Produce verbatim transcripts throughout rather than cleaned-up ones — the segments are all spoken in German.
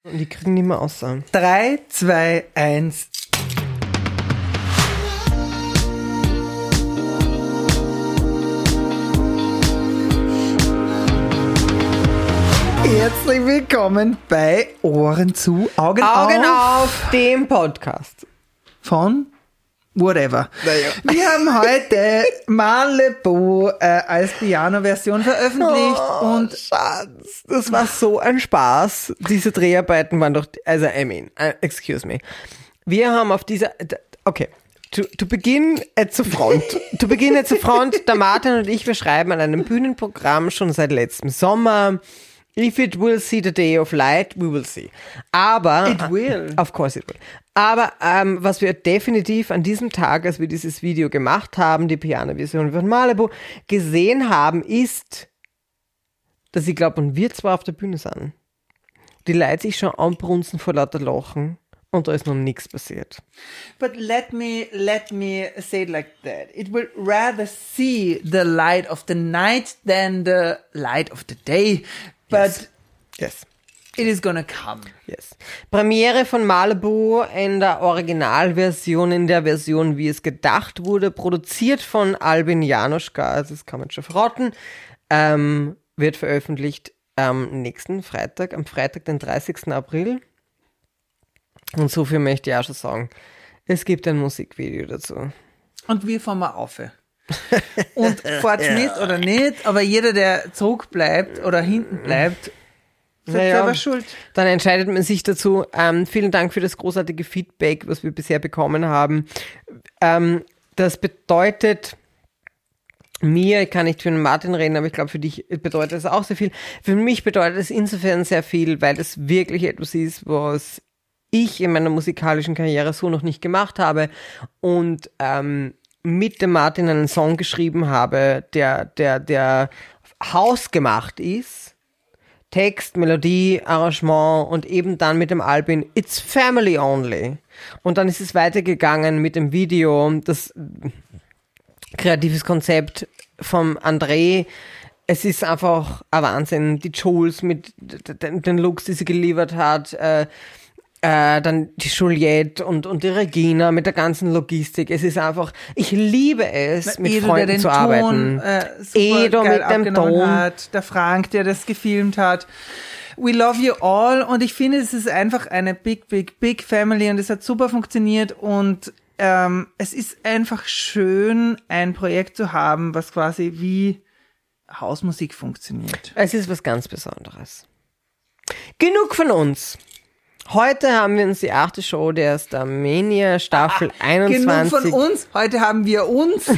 Und die kriegen nicht mehr aus. drei, zwei, eins. Herzlich willkommen bei Ohren zu, Augen, Augen auf. auf, dem Podcast. Von whatever. Naja. Wir haben heute Malibu äh, als Piano-Version veröffentlicht Oh, und Schatz, das war so ein Spaß. Diese Dreharbeiten waren doch, also I mean, uh, excuse me. Wir haben auf dieser, okay, to, to begin at the front, to begin at the front, der Martin und ich, wir schreiben an einem Bühnenprogramm schon seit letztem Sommer. If it will see the day of light, we will see. Aber... It will. Of course it will. Aber ähm, was wir definitiv an diesem Tag, als wir dieses Video gemacht haben, die Piano-Version von Malibu, gesehen haben, ist, dass ich glaube, und wir zwar auf der Bühne sind, die Leute sich schon anbrunzen vor lauter Lachen und da ist noch nichts passiert. But let me let me say it like that. It will rather see the light of the night than the light of the day. But Yes. Yes. it is gonna come. Yes. Premiere von Malibu in der Originalversion, in der Version, wie es gedacht wurde, produziert von Albin Januszka, also das kann man schon verraten, ähm, wird veröffentlicht am nächsten Freitag, am Freitag, den dreißigsten April. Und so viel möchte ich auch schon sagen. Es gibt ein Musikvideo dazu. Und wir fahren mal auf. Und fahrt's mit oder nicht, aber jeder, der zurückbleibt oder hinten bleibt, ist Naja, selber schuld. Dann entscheidet man sich dazu. Ähm, vielen Dank für das großartige Feedback, was wir bisher bekommen haben. Ähm, das bedeutet mir, ich kann nicht für den Martin reden, aber ich glaube, für dich bedeutet es auch sehr viel. Für mich bedeutet es insofern sehr viel, weil es wirklich etwas ist, was ich in meiner musikalischen Karriere so noch nicht gemacht habe und ähm, mit dem Martin einen Song geschrieben habe, der, der, der hausgemacht ist. Text, Melodie, Arrangement und eben dann mit dem Albin It's Family Only. Und dann ist es weitergegangen mit dem Video, das kreatives Konzept vom André. Es ist einfach ein Wahnsinn. Die Jules mit den, den Looks, die sie geliefert hat, äh, Äh, dann die Juliette und, und die Regina mit der ganzen Logistik. Es ist einfach, ich liebe es, mit Edo, Freunden der den zu Ton, arbeiten. Äh, super Edo geil mit dem abgenommen Ton. Hat, der Frank, der das gefilmt hat. We love you all. Und ich finde, es ist einfach eine big, big, big Family und es hat super funktioniert und ähm, es ist einfach schön, ein Projekt zu haben, was quasi wie Hausmusik funktioniert. Es ist was ganz Besonderes. Genug von uns. Heute haben wir uns die achte Show der Starmania Staffel ah, einundzwanzig. Genug von uns, heute haben wir uns.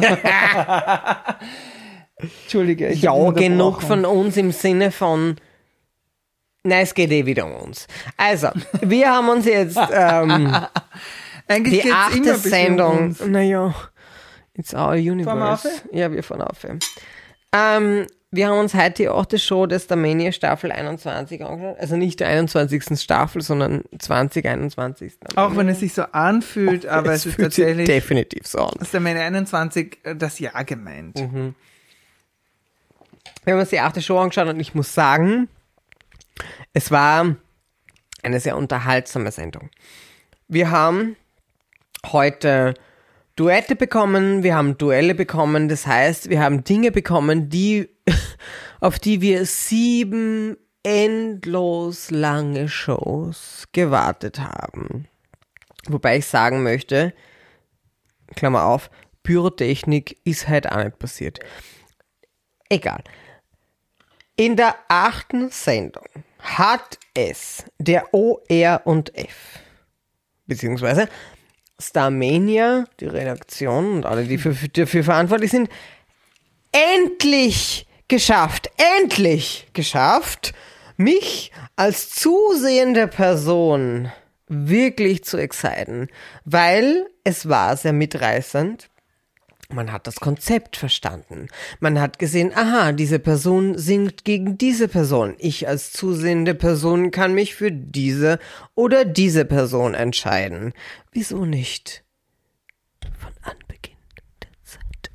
Entschuldige. Ich ja, genug von uns im Sinne von, nein, es geht eh wieder um uns. Also, wir haben uns jetzt ähm, Eigentlich die geht's achte immer ein bisschen Sendung, um uns. naja, it's our universe. Fahren wir auf? Ja, wir fahren auf. Ähm, Wir haben uns heute die achte Show der Starmania Staffel einundzwanzig angeschaut. Also nicht der einundzwanzigsten Staffel, sondern zwanzig einundzwanzig. Auch wenn es sich so anfühlt, aber es, es ist fühlt sich tatsächlich definitiv so an. Starmania einundzwanzig das Jahr gemeint. Mhm. Wir haben uns die achte Show angeschaut und ich muss sagen, es war eine sehr unterhaltsame Sendung. Wir haben heute Duette bekommen, wir haben Duelle bekommen, das heißt, wir haben Dinge bekommen, die, auf die wir sieben endlos lange Shows gewartet haben. Wobei ich sagen möchte, Klammer auf, Pyrotechnik ist halt auch nicht passiert. Egal. In der achten Sendung hat es der O R und F, beziehungsweise Starmania, die Redaktion und alle, die für, für, dafür verantwortlich sind, endlich geschafft, endlich geschafft, mich als zusehende Person wirklich zu exciten, weil es war sehr mitreißend. Man hat das Konzept verstanden. Man hat gesehen, aha, diese Person singt gegen diese Person. Ich als zusehende Person kann mich für diese oder diese Person entscheiden. Wieso nicht? Von Anbeginn der Zeit.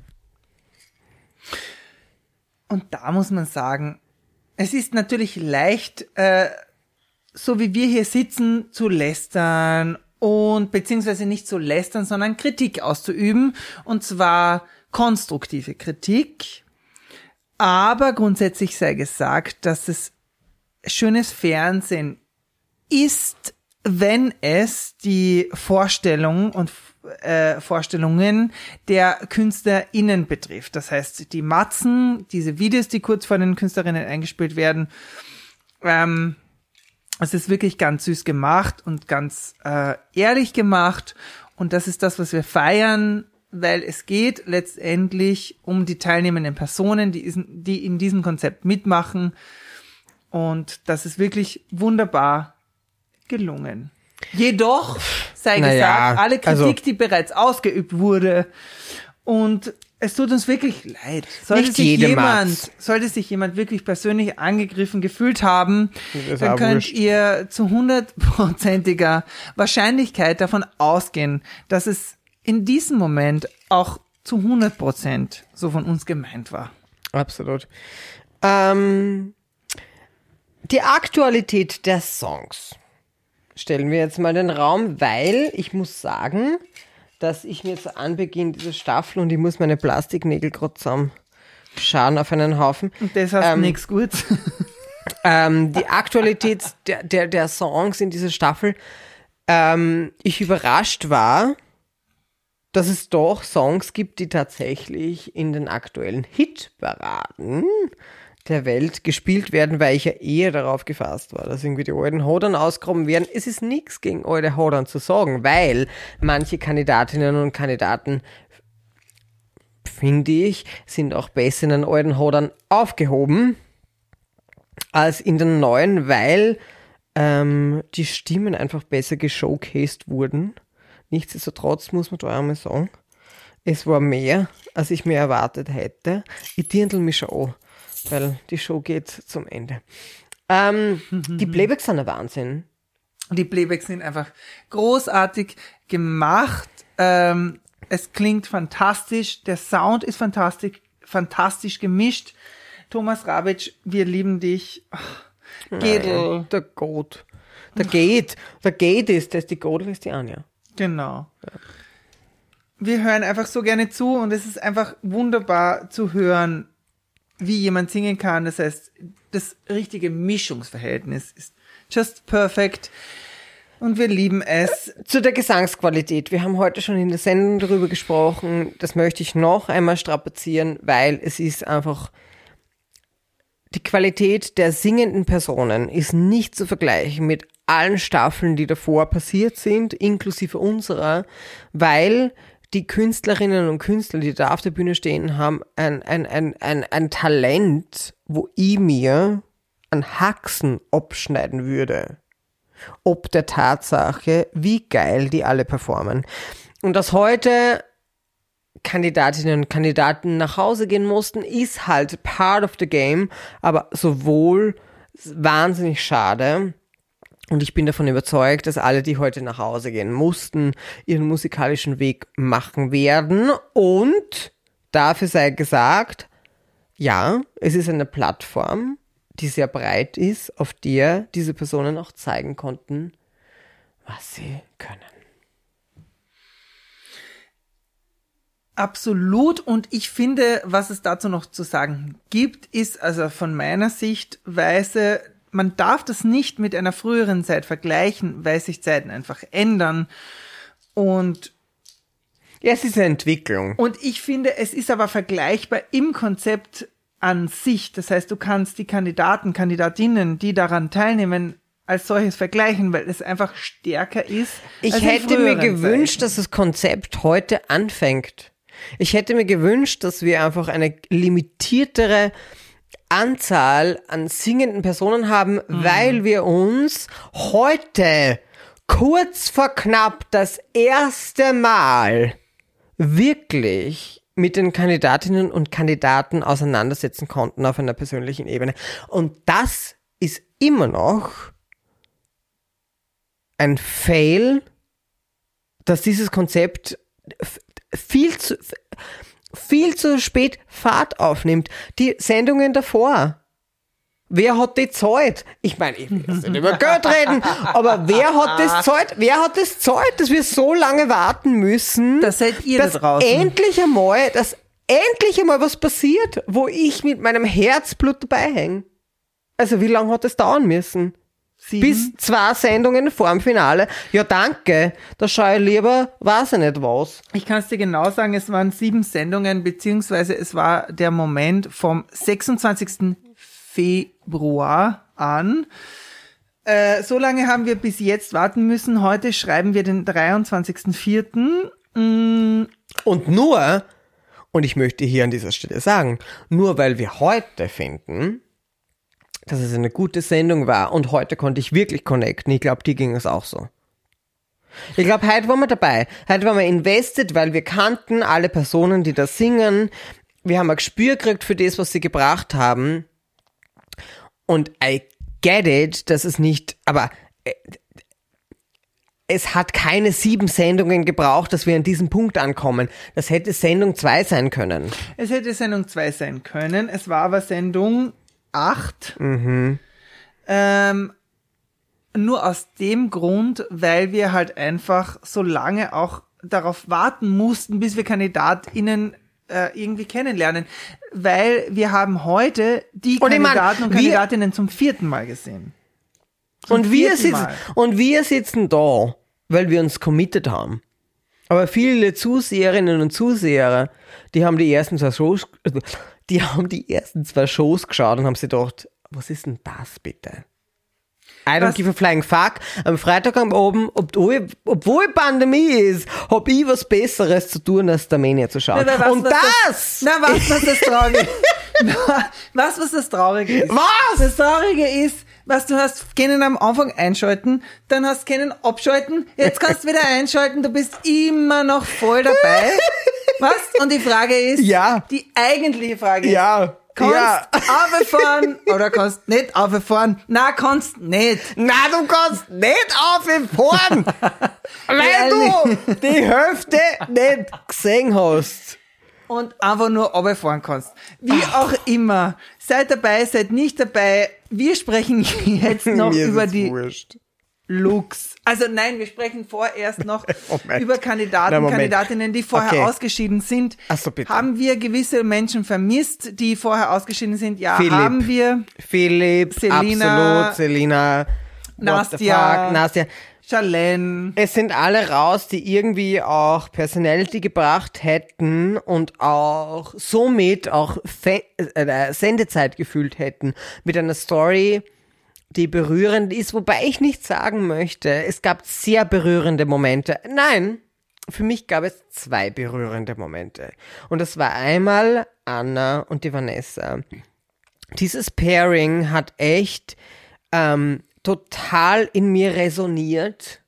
Und da muss man sagen, es ist natürlich leicht, äh, so wie wir hier sitzen, zu lästern und beziehungsweise nicht zu lästern, sondern Kritik auszuüben, und zwar konstruktive Kritik. Aber grundsätzlich sei gesagt, dass es schönes Fernsehen ist, wenn es die Vorstellung und äh, Vorstellungen der KünstlerInnen betrifft. Das heißt, die Matzen, diese Videos, die kurz vor den Künstlerinnen eingespielt werden, ähm, es ist wirklich ganz süß gemacht und ganz äh, ehrlich gemacht. Und das ist das, was wir feiern, weil es geht letztendlich um die teilnehmenden Personen, die, die in diesem Konzept mitmachen. Und das ist wirklich wunderbar gelungen. Jedoch sei naja, gesagt, alle Kritik, also, die bereits ausgeübt wurde, und es tut uns wirklich leid. Sollte nicht sich jemand, Matz. sollte sich jemand wirklich persönlich angegriffen gefühlt haben, dann könnt wurscht. ihr zu hundertprozentiger Wahrscheinlichkeit davon ausgehen, dass es in diesem Moment auch zu hundert Prozent so von uns gemeint war. Absolut. Ähm, die Aktualität der Songs stellen wir jetzt mal in den Raum, weil ich muss sagen, dass ich mir zu Anbeginn dieser Staffel, und ich muss meine Plastiknägel gerade zusammen scharen auf einen Haufen. Und das heißt ähm, nichts Gutes. Ähm, die Aktualität der, der, der Songs in dieser Staffel, ähm, ich überrascht war, dass es doch Songs gibt, die tatsächlich in den aktuellen Hitparaden der Welt gespielt werden, weil ich ja eher darauf gefasst war, dass irgendwie die alten Hodern ausgehoben werden. Es ist nichts gegen alte Hodern zu sagen, weil manche Kandidatinnen und Kandidaten, finde ich, sind auch besser in den alten Hodern aufgehoben als in den neuen, weil ähm, die Stimmen einfach besser geshowcased wurden. Nichtsdestotrotz muss man da einmal sagen, es war mehr, als ich mir erwartet hätte. Ich dirndl mich schon an, weil die Show geht zum Ende. Ähm, die Playbacks sind ein Wahnsinn. Die Playbacks sind einfach großartig gemacht. Ähm, es klingt fantastisch. Der Sound ist fantastisch, fantastisch gemischt. Thomas Rabitsch, wir lieben dich. Gedel. Nein, der Goat. Der Gate. Der Gate ist das, die Godel ist die Anja. Genau. Ja. Wir hören einfach so gerne zu, und es ist einfach wunderbar zu hören, wie jemand singen kann. Das heißt, das richtige Mischungsverhältnis ist just perfect. Und wir lieben es. Zu der Gesangsqualität. Wir haben heute schon in der Sendung darüber gesprochen. Das möchte ich noch einmal strapazieren, weil es ist einfach, die Qualität der singenden Personen ist nicht zu vergleichen mit allen Staffeln, die davor passiert sind, inklusive unserer, weil die Künstlerinnen und Künstler, die da auf der Bühne stehen, haben ein, ein, ein, ein, ein Talent, wo ich mir an Haxen abschneiden würde. Ob der Tatsache, wie geil die alle performen. Und dass heute Kandidatinnen und Kandidaten nach Hause gehen mussten, ist halt part of the game, aber sowohl wahnsinnig schade. Und ich bin davon überzeugt, dass alle, die heute nach Hause gehen mussten, ihren musikalischen Weg machen werden. Und dafür sei gesagt, ja, es ist eine Plattform, die sehr breit ist, auf der diese Personen auch zeigen konnten, was sie können. Absolut. Und ich finde, was es dazu noch zu sagen gibt, ist also von meiner Sichtweise, man darf das nicht mit einer früheren Zeit vergleichen, weil sich Zeiten einfach ändern. Und ja, es ist eine Entwicklung. Und ich finde, es ist aber vergleichbar im Konzept an sich. Das heißt, du kannst die Kandidaten, Kandidatinnen, die daran teilnehmen, als solches vergleichen, weil es einfach stärker ist. Ich als in hätte mir früheren gewünscht, Zeiten. dass das Konzept heute anfängt. Ich hätte mir gewünscht, dass wir einfach eine limitiertere Anzahl an singenden Personen haben, mhm. weil wir uns heute kurz vor knapp das erste Mal wirklich mit den Kandidatinnen und Kandidaten auseinandersetzen konnten auf einer persönlichen Ebene. Und das ist immer noch ein Fail, dass dieses Konzept viel zu, viel zu spät Fahrt aufnimmt. Die Sendungen davor wer hat die Zeit? Ich meine, ich will jetzt nicht über Geld reden, aber wer hat das Zeit? Wer hat das Zeit, dass wir so lange warten müssen, Das seid ihr da dass draußen. endlich einmal, dass endlich einmal was passiert, wo ich mit meinem Herzblut dabei hänge? Also wie lange hat das dauern müssen? Sieben? Bis zwei Sendungen vor dem Finale. Ja, danke. Da schaue ich lieber, weiß ich nicht was. Ich kann es dir genau sagen, es waren sieben Sendungen, beziehungsweise es war der Moment vom sechsundzwanzigsten Februar an. Äh, so lange haben wir bis jetzt warten müssen. Heute schreiben wir den dreiundzwanzigsten vierten Mm, Und nur, und ich möchte hier an dieser Stelle sagen, nur weil wir heute finden, dass es eine gute Sendung war und heute konnte ich wirklich connecten. Ich glaube, dir ging es auch so. Ich glaube, heute waren wir dabei. Heute waren wir invested, weil wir kannten alle Personen, die da singen. Wir haben ein Gespür gekriegt für das, was sie gebracht haben. Und I get it, dass es nicht, aber äh, es hat keine sieben Sendungen gebraucht, dass wir an diesem Punkt ankommen. Das hätte Sendung zwei sein können. Es hätte Sendung zwei sein können. Es war aber Sendung acht. Mhm. Ähm, nur aus dem Grund, weil wir halt einfach so lange auch darauf warten mussten, bis wir KandidatInnen äh, irgendwie kennenlernen. Weil wir haben heute die Und ich mein, Kandidaten und wir- Kandidatinnen zum vierten Mal gesehen. Zum Und wir, vierten sitzen, Mal. und wir sitzen da, weil wir uns committed haben. Aber viele Zuseherinnen und Zuseher, die haben die ersten zwei Shows, die haben die ersten zwei Shows geschaut und haben sich gedacht, was ist denn das bitte? I don't Was? give a flying fuck. Am Freitag am Abend, obwohl, obwohl Pandemie ist, hab ich was Besseres zu tun, als der Mania zu schauen. Na, was, und was das! Na, was, was das Traurige Na, was, was das Traurige ist. Was? Das Traurige ist, was du hast können am Anfang einschalten, dann hast können abschalten, jetzt kannst du wieder einschalten, du bist immer noch voll dabei. Was? Und die Frage ist, Ja. die eigentliche Frage ist, Ja. kannst Ja. auffahren oder kannst nicht auffahren? Na, kannst nicht. Na, du kannst nicht auffahren, weil du die Hälfte nicht gesehen hast. Und einfach nur runterfahren kannst. Wie auch immer. Seid dabei, seid nicht dabei. Wir sprechen jetzt noch Mir ist über es die wurscht. Looks. Also nein, wir sprechen vorerst noch Moment. über Kandidaten, Na, Moment. Kandidatinnen, die vorher Okay. ausgeschieden sind. Ach so, bitte. Haben wir gewisse Menschen vermisst, die vorher ausgeschieden sind? Ja, Philipp. haben wir. Philipp, Selina, absolut, Selina, what the Nastja. fuck, Nastja. Charlene. Es sind alle raus, die irgendwie auch Personality gebracht hätten und auch somit auch Fe äh, Sendezeit gefühlt hätten mit einer Story, die berührend ist, wobei ich nicht sagen möchte, es gab sehr berührende Momente. Nein, für mich gab es zwei berührende Momente. Und das war einmal Anna und die Vanessa. Dieses Pairing hat echt ähm, total in mir resoniert.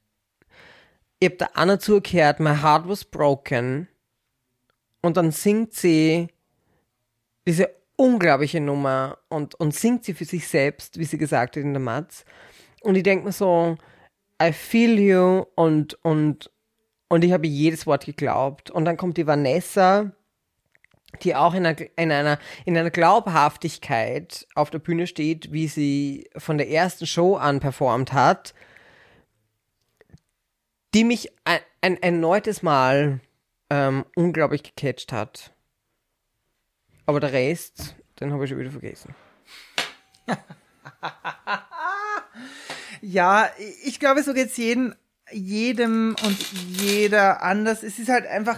Ich hab der Anna zugehört, my heart was broken. Und dann singt sie diese unglaubliche Nummer und, und singt sie für sich selbst, wie sie gesagt hat in der Matz. Und ich denke mir so, I feel you und, und, und ich habe jedes Wort geglaubt. Und dann kommt die Vanessa, die auch in einer, in einer, in einer Glaubhaftigkeit auf der Bühne steht, wie sie von der ersten Show an performt hat, die mich ein, ein erneutes Mal ähm, unglaublich gecatcht hat. Aber der Rest, den habe ich schon wieder vergessen. Ja, ich glaube, so geht's jedem, jedem und jeder anders. Es ist halt einfach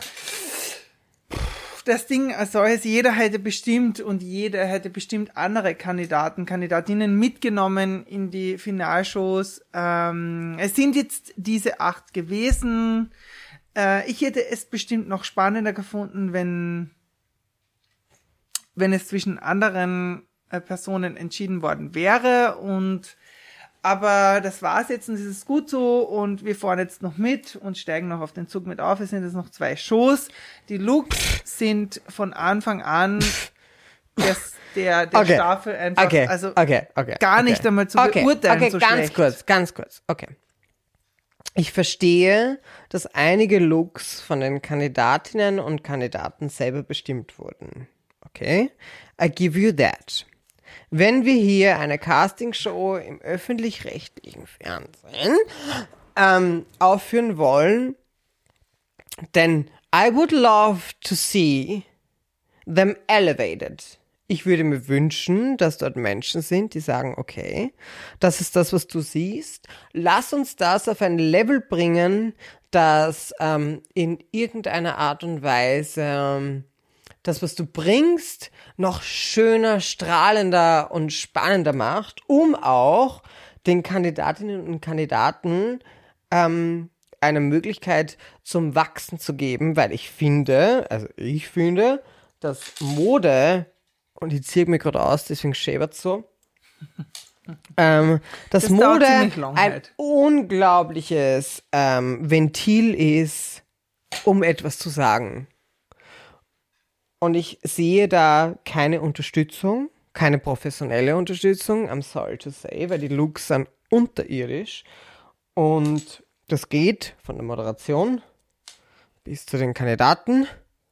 das Ding als solches, jeder hätte bestimmt und jeder hätte bestimmt andere Kandidaten, Kandidatinnen mitgenommen in die Finalshows. Ähm, es sind jetzt diese acht gewesen. Äh, ich hätte es bestimmt noch spannender gefunden, wenn wenn es zwischen anderen äh, Personen entschieden worden wäre. Und aber das war's jetzt und es ist gut so und wir fahren jetzt noch mit und steigen noch auf den Zug mit auf. Es sind jetzt noch zwei Shows. Die Looks sind von Anfang an des, der, der Okay. Staffel einfach Okay, also okay, okay. gar okay. nicht einmal zu okay. beurteilen. Okay, so ganz schlecht. kurz, ganz kurz. Okay. Ich verstehe, dass einige Looks von den Kandidatinnen und Kandidaten selber bestimmt wurden. Okay? I give you that. wenn wir hier eine Castingshow im öffentlich-rechtlichen Fernsehen ähm, aufführen wollen, denn I would love to see them elevated. Ich würde mir wünschen, dass dort Menschen sind, die sagen, okay, das ist das, was du siehst. Lass uns das auf ein Level bringen, das ähm, in irgendeiner Art und Weise ähm, das, was du bringst, noch schöner, strahlender und spannender macht, um auch den Kandidatinnen und Kandidaten ähm, eine Möglichkeit zum Wachsen zu geben, weil ich finde, also ich finde, dass Mode, und ich ziehe mich gerade aus, deswegen schäbert so, ähm, dass Das Mode dauert ziemlich lang ein halt. unglaubliches ähm, Ventil ist, um etwas zu sagen. Und ich sehe da keine Unterstützung, keine professionelle Unterstützung, I'm sorry to say, weil die Looks sind unterirdisch. Und das geht von der Moderation bis zu den Kandidaten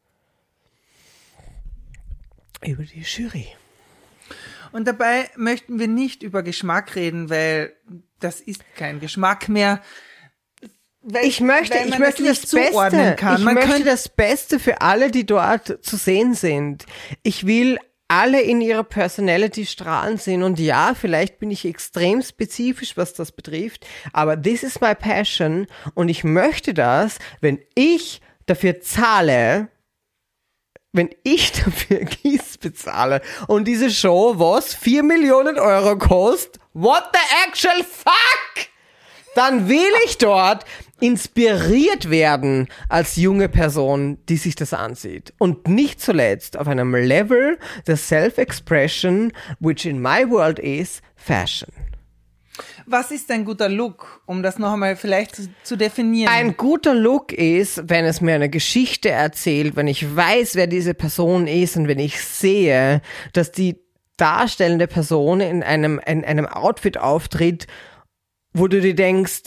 über die Jury. Und dabei möchten wir nicht über Geschmack reden, weil das ist kein Geschmack mehr. Weil, Ich möchte, weil ich man möchte es das nicht zuordnen Beste. kann. Ich Man möchte könnte, das Beste für alle, die dort zu sehen sind. Ich will alle in ihrer Personality strahlen sehen. Und ja, vielleicht bin ich extrem spezifisch, was das betrifft. Aber this is my passion. Und ich möchte das, wenn ich dafür zahle, wenn ich dafür Gieß bezahle und diese Show, was vier Millionen Euro kostet, what the actual fuck? Dann will ich dort inspiriert werden als junge Person, die sich das ansieht. Und nicht zuletzt auf einem Level der Self-Expression, which in my world is Fashion. was ist ein guter Look, um das noch einmal vielleicht zu, zu definieren? Ein guter Look ist, wenn es mir eine Geschichte erzählt, wenn ich weiß, wer diese Person ist und wenn ich sehe, dass die darstellende Person in einem, in einem Outfit auftritt, wo du dir denkst,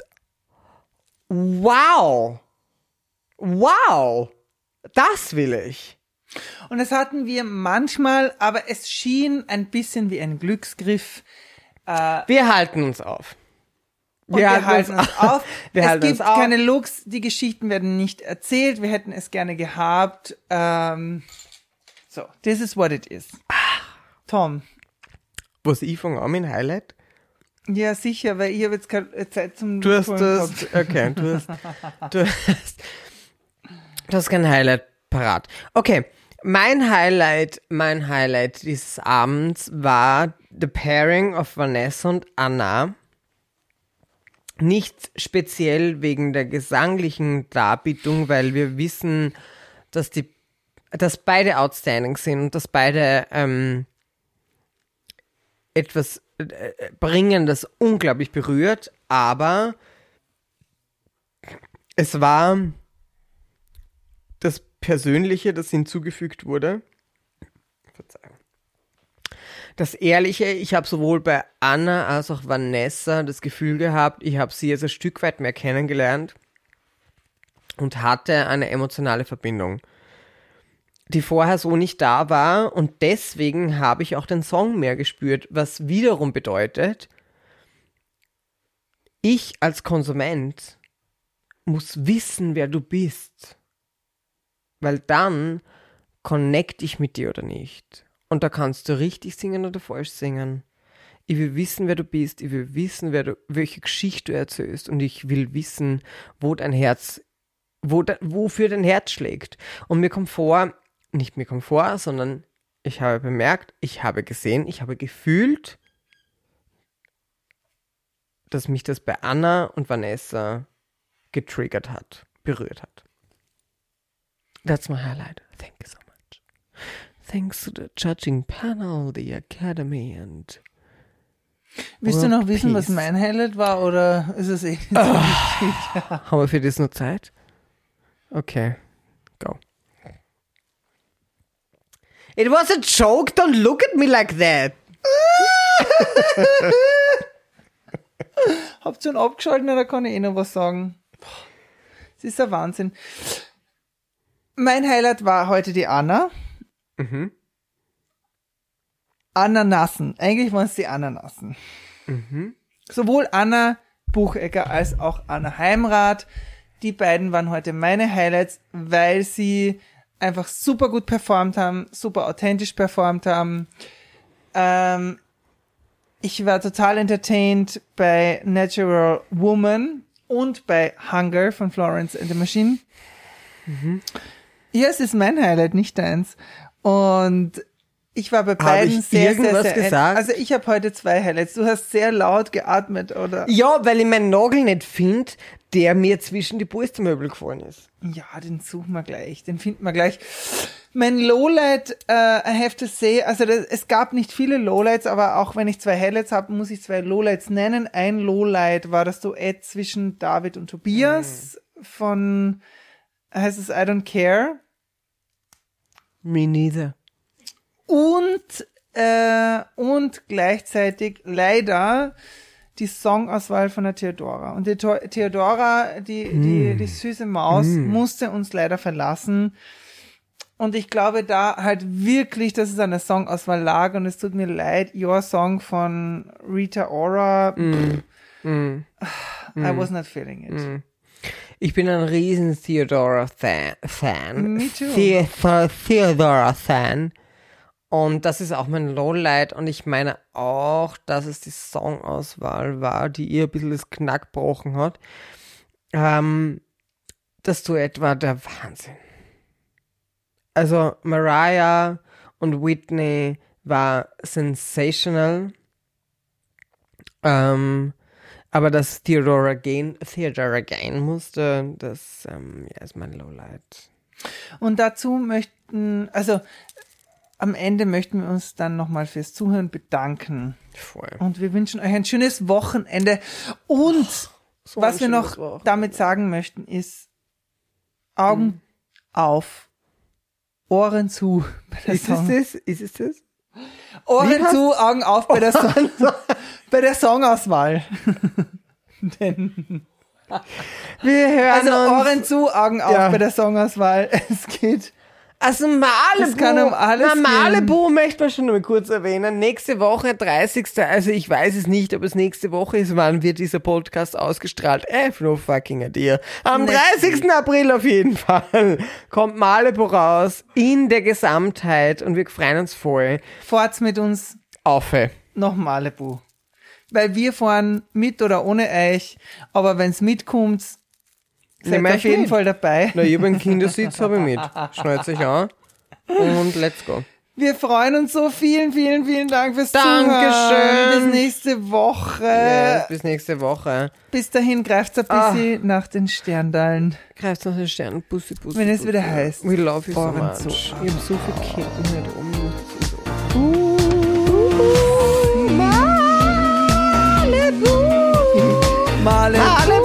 wow, wow, das will ich. Und das hatten wir manchmal, aber es schien ein bisschen wie ein Glücksgriff. Wir halten uns auf. Und wir, halten uns auf. Wir es halten gibt uns auf. keine Looks, die Geschichten werden nicht erzählt. Wir hätten es gerne gehabt. Ähm, so, this is what it is. Tom. Was ich fange an, mein Highlight? Ja, sicher, weil ich habe jetzt keine Zeit zum Du hast Holen das, gehabt. okay, du hast, du hast, du hast kein Highlight parat. Okay, mein Highlight, mein Highlight dieses Abends war the pairing of Vanessa und Anna. Nicht speziell wegen der gesanglichen Darbietung, weil wir wissen, dass die, dass beide outstanding sind und dass beide ähm, etwas äh, bringen, das unglaublich berührt, aber es war das Persönliche, das hinzugefügt wurde. Verzeihung. Das Ehrliche, ich habe sowohl bei Anna als auch Vanessa das Gefühl gehabt, ich habe sie jetzt ein Stück weit mehr kennengelernt und hatte eine emotionale Verbindung, die vorher so nicht da war, und deswegen habe ich auch den Song mehr gespürt, was wiederum bedeutet, ich als Konsument muss wissen, wer du bist, weil dann connect ich mit dir oder nicht. Und da kannst du richtig singen oder falsch singen. Ich will wissen, wer du bist. Ich will wissen, wer du, welche Geschichte du erzählst. Und ich will wissen, wo dein Herz, wo de, wofür dein Herz schlägt. Und mir kommt vor, nicht mir kommt vor, sondern ich habe bemerkt, ich habe gesehen, ich habe gefühlt, dass mich das bei Anna und Vanessa getriggert hat, berührt hat. That's my highlight. Thank you so much. Thanks to the judging panel, the Academy and Willst du noch wissen, was Peace. mein Highlight war, oder ist es eh? Oh. Haben wir für das nur Zeit? Okay, go. It was a joke, don't look at me like that. Habt ihr schon abgeschaltet, oder kann ich eh noch was sagen? Es ist ein Wahnsinn. Mein Highlight war heute die Anna. Mhm. Ananassen. Eigentlich waren es die Ananassen. Mhm. Sowohl Anna Buchecker als auch Anna Heimrath. Die beiden waren heute meine Highlights, weil sie einfach super gut performt haben, super authentisch performt haben. Ähm, ich war total entertained bei Natural Woman und bei Hunger von Florence and the Machine. Mhm. Ja, es ist mein Highlight, nicht deins. Und ich war bei beiden ich sehr, irgendwas sehr, sehr, gesagt? also ich habe heute zwei Highlights. Du hast sehr laut geatmet, oder? Ja, weil ich meinen Nagel nicht finde, der mir zwischen die Polstermöbel gefallen ist. Ja, den suchen wir gleich, den finden wir gleich. Mein Lowlight, uh, I have to say, also das, es gab nicht viele Lowlights, aber auch wenn ich zwei Highlights habe, muss ich zwei Lowlights nennen. Ein Lowlight war das Duett zwischen David und Tobias mm. von, heißt es I Don't Care? Me neither. Und, äh, und gleichzeitig leider die Songauswahl von der Theodora. Und die to- Theodora, die, mm. die, die süße Maus, mm. musste uns leider verlassen. Und ich glaube da halt wirklich, dass es an der Songauswahl lag. Und es tut mir leid, Your Song von Rita Ora, mm. Mm. I was not feeling it. Mm. Ich bin ein riesen Theodora-Fan. Me too. The- Theodora-Fan. Und das ist auch mein Lowlight. Und ich meine auch, dass es die Songauswahl war, die ihr ein bisschen das Knack gebrochen hat. Ähm, das Duett war der Wahnsinn. Also Mariah und Whitney war sensational. Ähm, aber dass Theodora gehen, Theodora gehen musste, das ähm, ja, ist mein Lowlight. Und dazu möchten, also am Ende möchten wir uns dann nochmal fürs Zuhören bedanken. Voll. Und wir wünschen euch ein schönes Wochenende. Und so was wir noch Wochenende. damit sagen möchten, ist Augen hm. auf, Ohren zu. Bei der ist Song. es das? Ist es das? Ohren zu, Augen auf bei der, Song, bei der Songauswahl. Denn wir hören also uns. Ohren zu, Augen auf ja. bei der Songauswahl. Es geht... Also Malibu, es kann um alles na, Malibu möchte man schon mal kurz erwähnen. Nächste Woche, dreißigsten Also ich weiß es nicht, ob es nächste Woche ist. Wann wird dieser Podcast ausgestrahlt? I have no fucking idea. Am dreißigsten April auf jeden Fall kommt Malibu raus in der Gesamtheit und wir freuen uns voll. Fahrt's mit uns auf nach Malibu. Weil wir fahren mit oder ohne euch, aber wenn's mitkommt, seid ihr auf jeden mit. Fall dabei. Na, ich habe einen Kindersitz, habe ich mit. Schnallt euch an und let's go. Wir freuen uns so. Vielen, vielen, vielen Dank fürs Dankeschön. Zuhören. Bis nächste Woche. Yes, bis nächste Woche. Bis dahin greift's ein bisschen ah. nach den Sterndalen. Greift's nach den Sternen. Bussi, bussi, Wenn es bussi. wieder heißt. We love you so Ohren much. Zu. Ich habe so viele Ketten heute um. Uh, uh, Malibu. Malibu.